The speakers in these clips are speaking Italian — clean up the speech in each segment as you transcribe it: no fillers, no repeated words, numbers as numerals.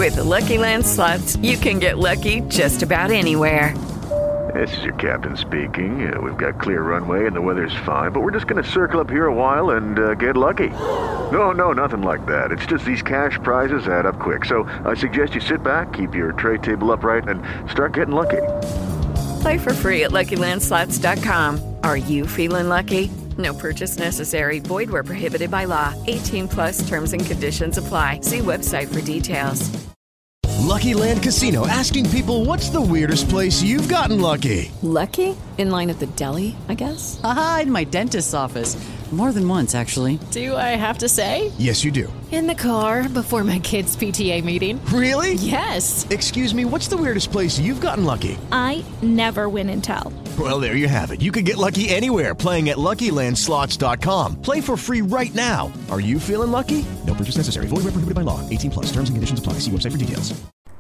With the Lucky Land Slots, you can get lucky just about anywhere. This is your captain speaking. We've got clear runway and the weather's fine, but we're just going to circle up here a while and get lucky. No, nothing like that. It's just these cash prizes add up quick. So I suggest you sit back, keep your tray table upright, and start getting lucky. Play for free at LuckyLandSlots.com. Are you feeling lucky? No purchase necessary. Void where prohibited by law. 18 plus terms and conditions apply. See website for details. Lucky Land Casino, asking people, what's the weirdest place you've gotten lucky? Lucky? In line at the deli, I guess? Aha, in my dentist's office. More than once, actually. Do I have to say? Yes, you do. In the car before my kids' PTA meeting. Really? Yes. Excuse me, what's the weirdest place you've gotten lucky? I never win and tell. Well, there you have it. You can get lucky anywhere, playing at LuckyLandSlots.com. Play for free right now. Are you feeling lucky? No purchase necessary. Void where prohibited by law. 18 plus. Terms and conditions apply. See website for details.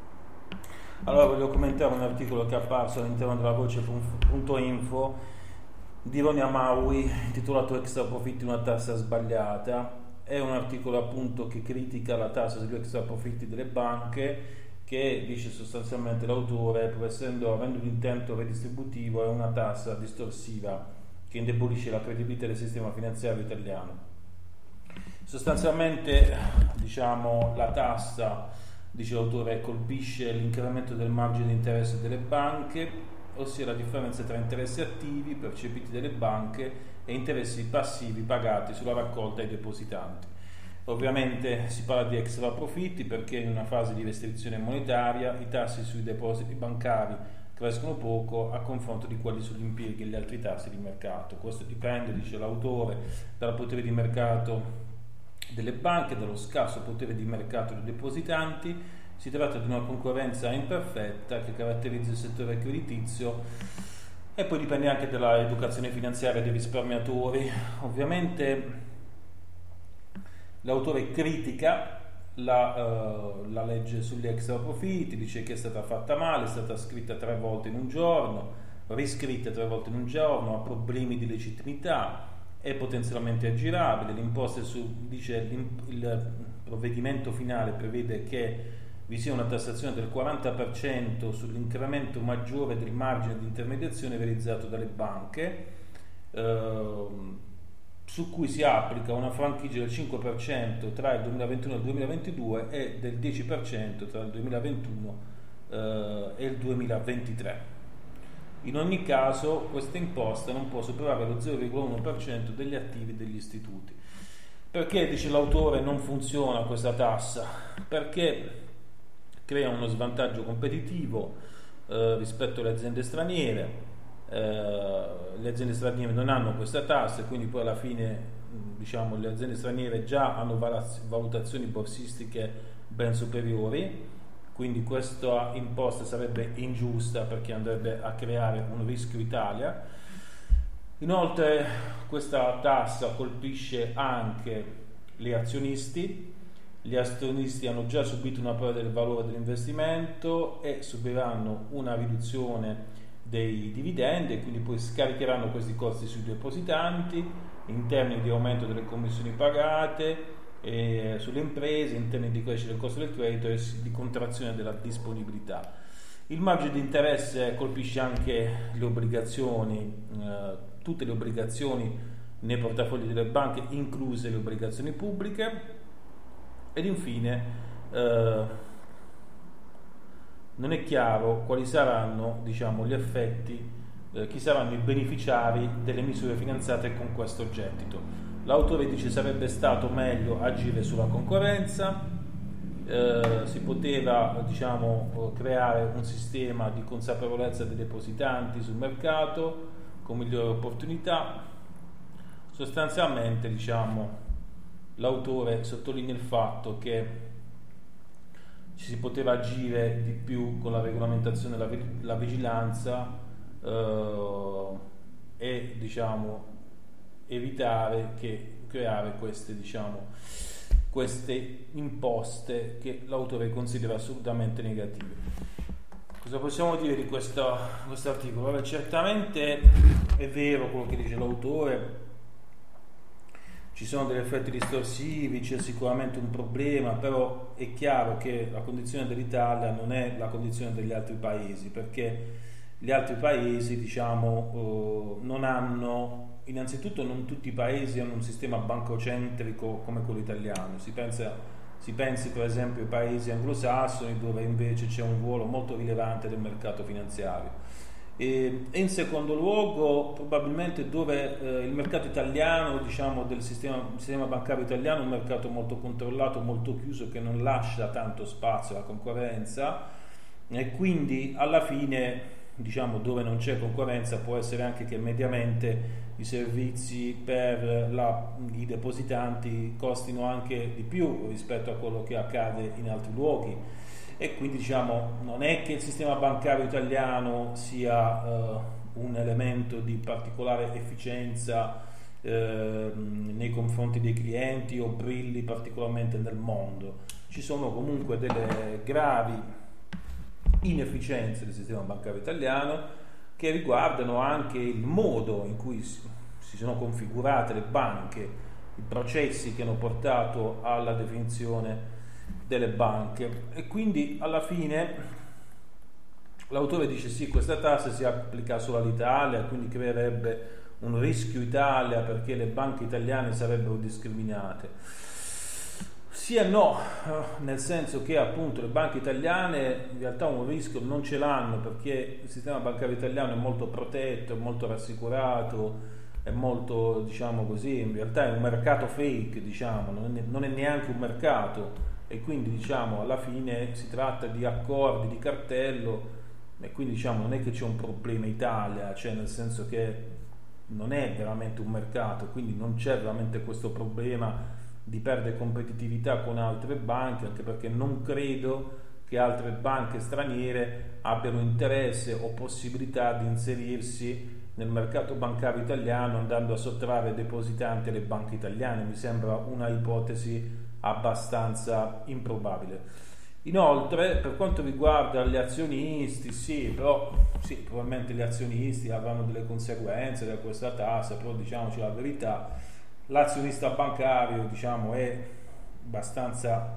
Allora voglio commentare un articolo che è apparso all'interno della voce.info di Ronia Maui intitolato Extra profitti, una tassa sbagliata. È un articolo appunto che critica la tassa sugli extra profitti delle banche, che dice sostanzialmente l'autore, pur avendo l'intento redistributivo, è una tassa distorsiva che indebolisce la credibilità del sistema finanziario italiano. Sostanzialmente, diciamo, la tassa, dice l'autore, colpisce l'incremento del margine di interesse delle banche, ossia la differenza tra interessi attivi percepiti dalle banche e interessi passivi pagati sulla raccolta ai depositanti. Ovviamente si parla di extra profitti perché in una fase di restrizione monetaria i tassi sui depositi bancari crescono poco a confronto di quelli sugli impieghi e gli altri tassi di mercato. Questo dipende, dice l'autore, dal potere di mercato delle banche, dallo scarso potere di mercato dei depositanti. Si tratta di una concorrenza imperfetta che caratterizza il settore creditizio e poi dipende anche dalla educazione finanziaria dei risparmiatori. Ovviamente l'autore critica la legge sugli extra profitti, dice che è stata fatta male, è stata scritta 3 volte in un giorno, riscritta 3 volte in un giorno, ha problemi di legittimità, è potenzialmente aggirabile. Il provvedimento finale prevede che vi sia una tassazione del 40% sull'incremento maggiore del margine di intermediazione realizzato dalle banche, su cui si applica una franchigia del 5% tra il 2021 e il 2022 e del 10% tra il 2021 e il 2023. In ogni caso questa imposta non può superare lo 0,1% degli attivi degli istituti. Perché, dice l'autore, non funziona questa tassa? Perché crea uno svantaggio competitivo rispetto alle aziende straniere. Le aziende straniere non hanno questa tassa e quindi poi alla fine, diciamo, le aziende straniere già hanno valutazioni borsistiche ben superiori, quindi questa imposta sarebbe ingiusta perché andrebbe a creare un rischio Italia. Inoltre questa tassa colpisce anche gli azionisti. Gli azionisti hanno già subito una perdita del valore dell'investimento e subiranno una riduzione dei dividendi e quindi poi scaricheranno questi costi sui depositanti in termini di aumento delle commissioni pagate sulle imprese, in termini di crescita del costo del credito e di contrazione della disponibilità. Il margine di interesse colpisce anche le obbligazioni, tutte le obbligazioni nei portafogli delle banche, incluse le obbligazioni pubbliche. Ed infine non è chiaro quali saranno, diciamo, gli effetti, chi saranno i beneficiari delle misure finanziate con questo gettito. L'autore dice sarebbe stato meglio agire sulla concorrenza, si poteva, diciamo, creare un sistema di consapevolezza dei depositanti sul mercato con migliori opportunità. Sostanzialmente, diciamo, l'autore sottolinea il fatto che ci si poteva agire di più con la regolamentazione e la vigilanza e, diciamo, evitare che creare queste, diciamo, queste imposte che l'autore considera assolutamente negative. Cosa possiamo dire di questo articolo? Vabbè, certamente è vero quello che dice l'autore, ci sono degli effetti distorsivi, c'è sicuramente un problema, però è chiaro che la condizione dell'Italia non è la condizione degli altri paesi, perché gli altri paesi, diciamo, non hanno, innanzitutto non tutti i paesi hanno un sistema bancocentrico come quello italiano. Si pensi per esempio ai paesi anglosassoni, dove invece c'è un ruolo molto rilevante del mercato finanziario. E in secondo luogo, probabilmente dove il mercato italiano, diciamo, del sistema bancario italiano è un mercato molto controllato, molto chiuso, che non lascia tanto spazio alla concorrenza, e quindi alla fine, diciamo, dove non c'è concorrenza può essere anche che mediamente i servizi per i depositanti costino anche di più rispetto a quello che accade in altri luoghi. E quindi, diciamo, non è che il sistema bancario italiano sia un elemento di particolare efficienza nei confronti dei clienti o brilli particolarmente nel mondo. Ci sono comunque delle gravi inefficienze del sistema bancario italiano, che riguardano anche il modo in cui si sono configurate le banche, i processi che hanno portato alla definizione delle banche. E quindi alla fine l'autore dice sì, questa tassa si applica solo all'Italia, quindi creerebbe un rischio Italia perché le banche italiane sarebbero discriminate. Sì e no, nel senso che appunto le banche italiane in realtà un rischio non ce l'hanno, perché il sistema bancario italiano è molto protetto, è molto rassicurato, è molto, diciamo così, in realtà è un mercato fake, diciamo, non è neanche un mercato, e quindi, diciamo, alla fine si tratta di accordi di cartello, e quindi, diciamo, non è che c'è un problema Italia, cioè nel senso che non è veramente un mercato, quindi non c'è veramente questo problema di perdere competitività con altre banche, anche perché non credo che altre banche straniere abbiano interesse o possibilità di inserirsi nel mercato bancario italiano andando a sottrarre depositanti alle banche italiane. Mi sembra una ipotesi abbastanza improbabile. Inoltre, per quanto riguarda gli azionisti, sì, probabilmente gli azionisti avranno delle conseguenze da questa tassa, però diciamoci la verità, l'azionista bancario, diciamo, è abbastanza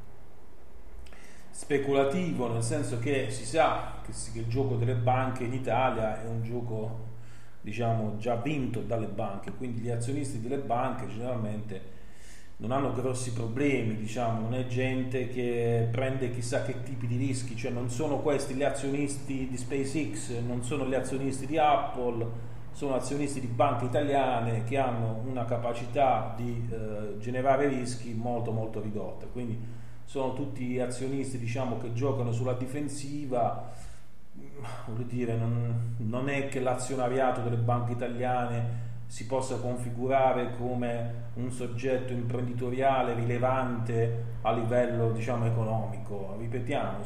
speculativo, nel senso che si sa che il gioco delle banche in Italia è un gioco, diciamo, già vinto dalle banche, quindi gli azionisti delle banche generalmente non hanno grossi problemi, diciamo, non è gente che prende chissà che tipi di rischi, cioè non sono questi gli azionisti di SpaceX, non sono gli azionisti di Apple, sono azionisti di banche italiane che hanno una capacità di generare rischi molto molto ridotta, quindi sono tutti azionisti, diciamo, che giocano sulla difensiva. Voglio dire, non è che l'azionariato delle banche italiane si possa configurare come un soggetto imprenditoriale rilevante a livello, diciamo, economico. Ripetiamo,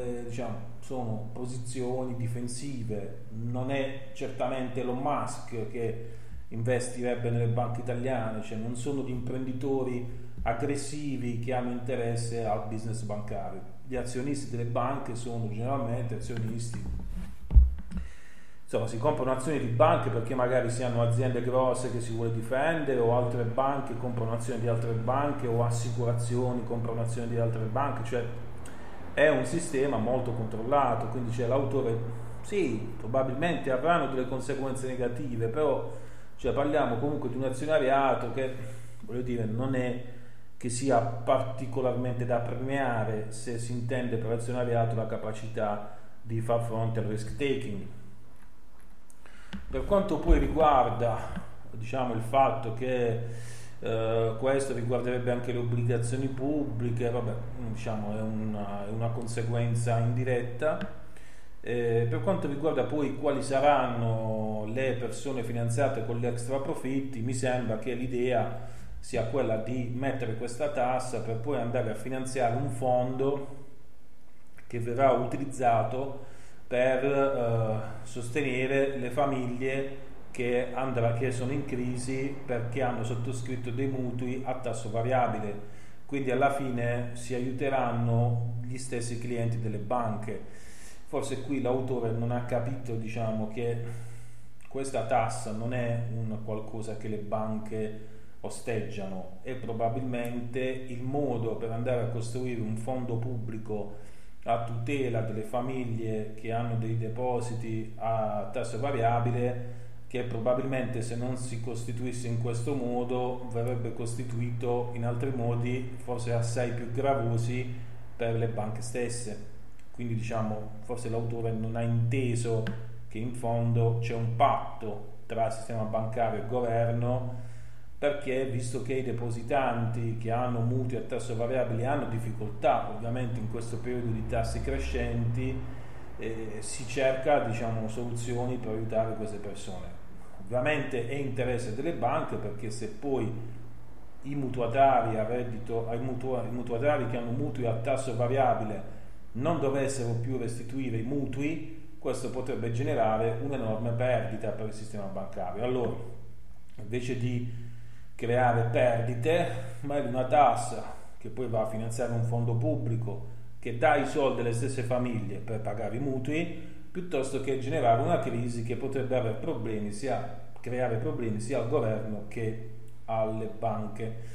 sono posizioni difensive. Non è certamente Elon Musk che investirebbe nelle banche italiane, cioè non sono gli imprenditori aggressivi che hanno interesse al business bancario. Gli azionisti delle banche sono generalmente azionisti, insomma, si comprano azioni di banche perché magari si hanno aziende grosse che si vuole difendere, o altre banche comprano azioni di altre banche, o assicurazioni comprano azioni di altre banche, cioè è un sistema molto controllato. Quindi c'è l'autore, sì, probabilmente avranno delle conseguenze negative, però cioè, parliamo comunque di un azionariato che, voglio dire, non è che sia particolarmente da premiare se si intende per azionariato la capacità di far fronte al risk taking. Per quanto poi riguarda, diciamo, il fatto che questo riguarderebbe anche le obbligazioni pubbliche, vabbè, diciamo, è una conseguenza indiretta. Per quanto riguarda poi quali saranno le persone finanziate con gli extra profitti, mi sembra che l'idea sia quella di mettere questa tassa per poi andare a finanziare un fondo che verrà utilizzato per sostenere le famiglie che sono in crisi perché hanno sottoscritto dei mutui a tasso variabile, quindi alla fine si aiuteranno gli stessi clienti delle banche. Forse qui l'autore non ha capito, diciamo, che questa tassa non è una qualcosa che le banche osteggiano, e probabilmente il modo per andare a costruire un fondo pubblico a tutela delle famiglie che hanno dei depositi a tasso variabile, che probabilmente se non si costituisse in questo modo verrebbe costituito in altri modi, forse assai più gravosi per le banche stesse. Quindi forse l'autore non ha inteso che in fondo c'è un patto tra il sistema bancario e il governo, perché visto che i depositanti che hanno mutui a tasso variabile hanno difficoltà ovviamente in questo periodo di tassi crescenti, si cerca soluzioni per aiutare queste persone. Ovviamente è interesse delle banche, perché se poi i mutuatari i mutuatari che hanno mutui a tasso variabile non dovessero più restituire i mutui, questo potrebbe generare un'enorme perdita per il sistema bancario. Allora, invece di creare perdite, magari una tassa che poi va a finanziare un fondo pubblico che dà i soldi alle stesse famiglie per pagare i mutui, piuttosto che generare una crisi che potrebbe avere creare problemi sia al governo che alle banche.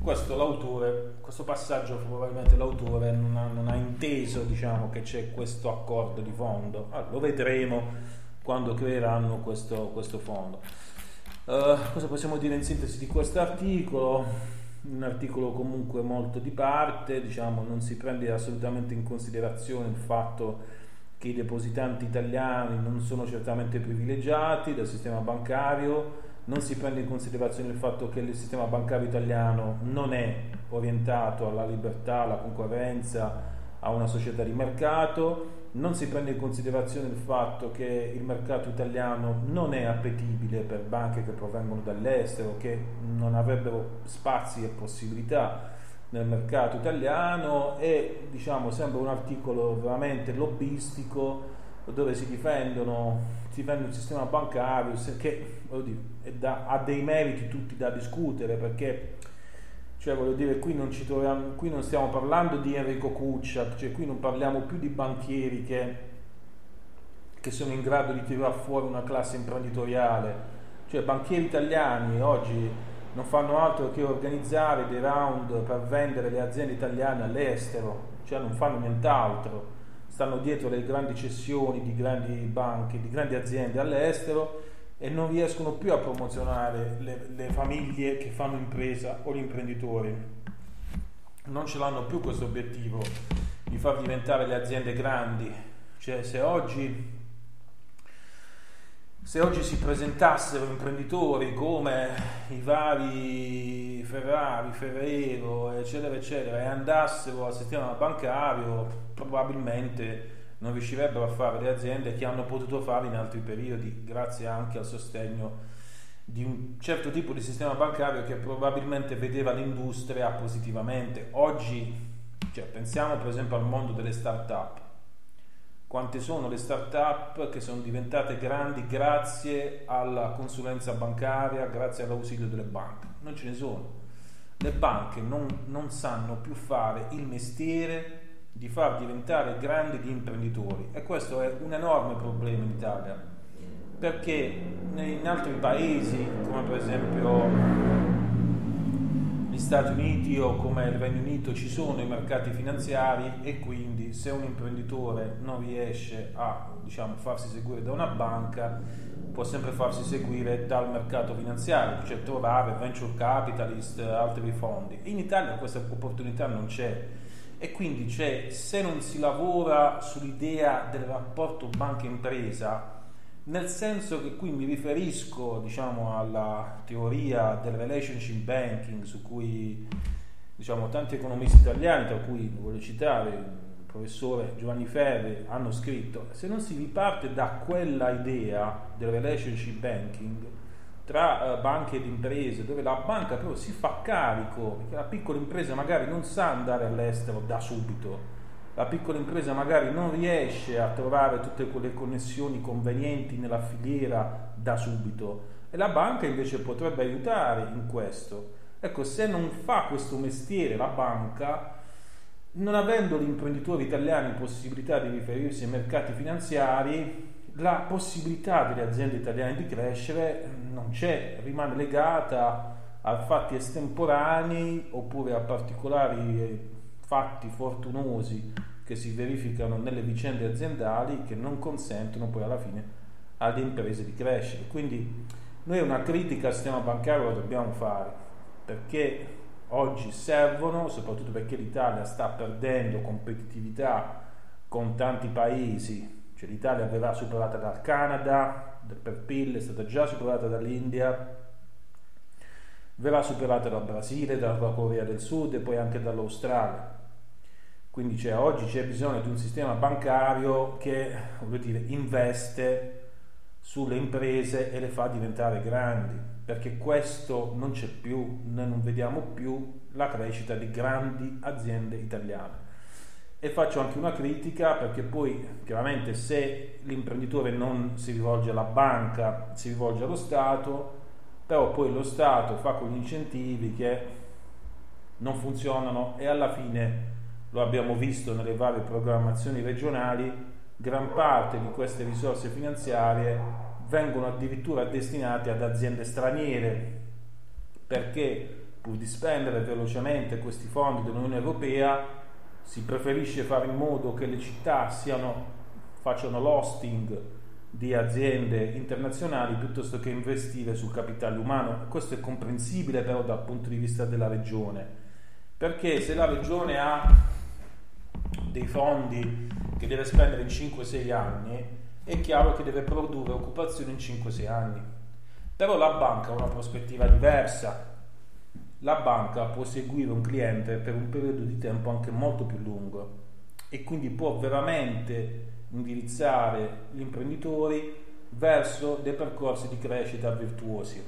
Questo passaggio probabilmente l'autore non ha inteso che c'è questo accordo di fondo. Lo vedremo quando creeranno questo fondo. Cosa possiamo dire in sintesi di questo articolo? Un articolo comunque molto di parte, non si prende assolutamente in considerazione il fatto che i depositanti italiani non sono certamente privilegiati dal sistema bancario, non si prende in considerazione il fatto che il sistema bancario italiano non è orientato alla libertà, alla concorrenza, a una società di mercato, non si prende in considerazione il fatto che il mercato italiano non è appetibile per banche che provengono dall'estero, che non avrebbero spazi e possibilità nel mercato italiano, e sembra un articolo veramente lobbistico dove si difende il sistema bancario, che ha dei meriti tutti da discutere, perché qui non stiamo parlando di Enrico Cuccia, qui non parliamo più di banchieri che sono in grado di tirare fuori una classe imprenditoriale. Banchieri italiani oggi non fanno altro che organizzare dei round per vendere le aziende italiane all'estero, non fanno nient'altro, stanno dietro le grandi cessioni di grandi banche, di grandi aziende all'estero, e non riescono più a promozionare le famiglie che fanno impresa o gli imprenditori. Non ce l'hanno più questo obiettivo di far diventare le aziende grandi. Se oggi si presentassero imprenditori come i vari Ferrari, Ferrero, eccetera eccetera, e andassero al sistema bancario, probabilmente non riuscirebbero a fare le aziende che hanno potuto fare in altri periodi, grazie anche al sostegno di un certo tipo di sistema bancario che probabilmente vedeva l'industria positivamente. Oggi, pensiamo per esempio al mondo delle start-up. Quante sono le start-up che sono diventate grandi grazie alla consulenza bancaria, grazie all'ausilio delle banche? Non ce ne sono. Le banche non sanno più fare il mestiere di far diventare grandi gli imprenditori, e questo è un enorme problema in Italia, perché in altri paesi come per esempio gli Stati Uniti o come il Regno Unito ci sono i mercati finanziari, e quindi se un imprenditore non riesce a farsi seguire da una banca, può sempre farsi seguire dal mercato finanziario, trovare venture capitalist, altri fondi. In Italia questa opportunità non c'è, e quindi se non si lavora sull'idea del rapporto banca-impresa, nel senso che qui mi riferisco alla teoria del relationship banking, su cui tanti economisti italiani, tra cui voglio citare il professore Giovanni Ferri, hanno scritto. Se non si riparte da quella idea del relationship banking tra banche ed imprese, dove la banca però si fa carico, perché la piccola impresa magari non sa andare all'estero da subito, la piccola impresa magari non riesce a trovare tutte quelle connessioni convenienti nella filiera da subito, e la banca invece potrebbe aiutare in questo. Ecco, se non fa questo mestiere la banca, non avendo gli imprenditori italiani possibilità di riferirsi ai mercati finanziari, la possibilità delle aziende italiane di crescere non c'è, rimane legata a fatti estemporanei oppure a particolari fatti fortunosi che si verificano nelle vicende aziendali, che non consentono poi alla fine alle imprese di crescere. Quindi noi una critica al sistema bancario la dobbiamo fare, perché oggi servono, soprattutto perché l'Italia sta perdendo competitività con tanti paesi. Cioè l'Italia verrà superata dal Canada per PIL, è stata già superata dall'India, verrà superata dal Brasile, dalla Corea del Sud e poi anche dall'Australia. Quindi oggi c'è bisogno di un sistema bancario che, investe sulle imprese e le fa diventare grandi, perché questo non c'è più, noi non vediamo più la crescita di grandi aziende italiane. E faccio anche una critica, perché poi chiaramente se l'imprenditore non si rivolge alla banca, si rivolge allo Stato, però poi lo Stato fa quegli incentivi che non funzionano e alla fine, lo abbiamo visto nelle varie programmazioni regionali, gran parte di queste risorse finanziarie vengono addirittura destinate ad aziende straniere, perché pur di spendere velocemente questi fondi dell'Unione Europea si preferisce fare in modo che le città facciano l'hosting di aziende internazionali piuttosto che investire sul capitale umano. Questo è comprensibile però dal punto di vista della regione, perché se la regione ha dei fondi che deve spendere in 5-6 anni, è chiaro che deve produrre occupazione in 5-6 anni. Però la banca ha una prospettiva diversa. La banca può seguire un cliente per un periodo di tempo anche molto più lungo e quindi può veramente indirizzare gli imprenditori verso dei percorsi di crescita virtuosi.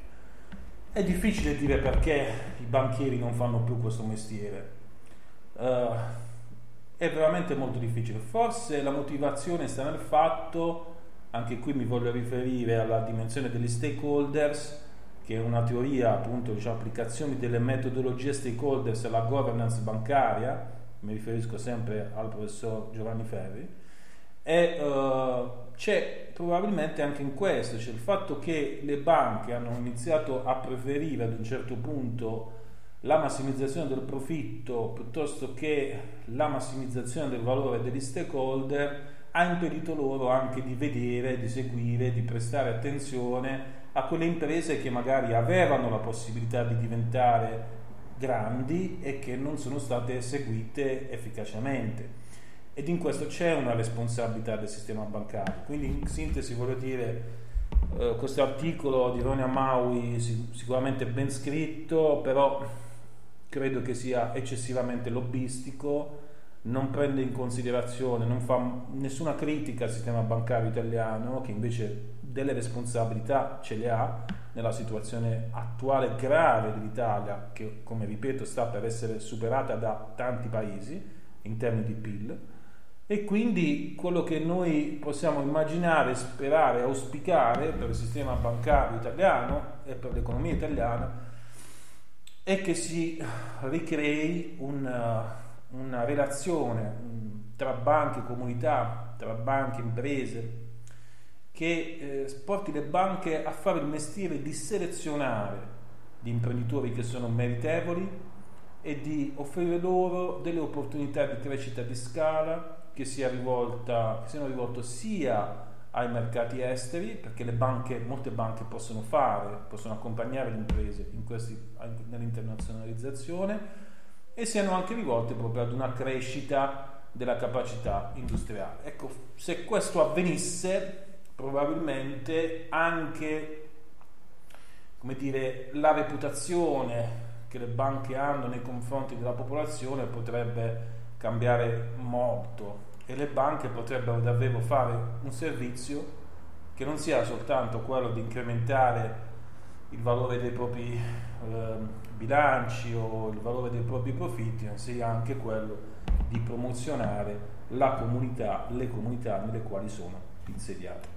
È difficile dire perché i banchieri non fanno più questo mestiere. È veramente molto difficile. Forse la motivazione sta nel fatto, anche qui mi voglio riferire alla dimensione degli stakeholders, che è una teoria, appunto, applicazioni delle metodologie stakeholders alla governance bancaria, mi riferisco sempre al professor Giovanni Ferri, e c'è probabilmente anche in questo, c'è il fatto che le banche hanno iniziato a preferire ad un certo punto la massimizzazione del profitto piuttosto che la massimizzazione del valore degli stakeholder, ha impedito loro anche di vedere, di seguire, di prestare attenzione a quelle imprese che magari avevano la possibilità di diventare grandi e che non sono state seguite efficacemente. Ed in questo c'è una responsabilità del sistema bancario. Quindi in sintesi voglio dire, questo articolo di Ronnie Amaui sicuramente ben scritto, però credo che sia eccessivamente lobbistico, non prende in considerazione, non fa nessuna critica al sistema bancario italiano, che invece delle responsabilità ce le ha nella situazione attuale grave dell'Italia, che, come ripeto, sta per essere superata da tanti paesi in termini di PIL. E quindi quello che noi possiamo immaginare, sperare, auspicare per il sistema bancario italiano e per l'economia italiana è che si ricrei una relazione tra banche e comunità, tra banche e imprese, che porti le banche a fare il mestiere di selezionare gli imprenditori che sono meritevoli e di offrire loro delle opportunità di crescita di scala che siano rivolte sia ai mercati esteri, perché molte banche possono accompagnare le imprese nell'internazionalizzazione, e siano anche rivolte proprio ad una crescita della capacità industriale. Ecco, se questo avvenisse, probabilmente anche, la reputazione che le banche hanno nei confronti della popolazione potrebbe cambiare molto e le banche potrebbero davvero fare un servizio che non sia soltanto quello di incrementare il valore dei propri bilanci o il valore dei propri profitti, ma sia anche quello di promozionare le comunità nelle quali sono insediate.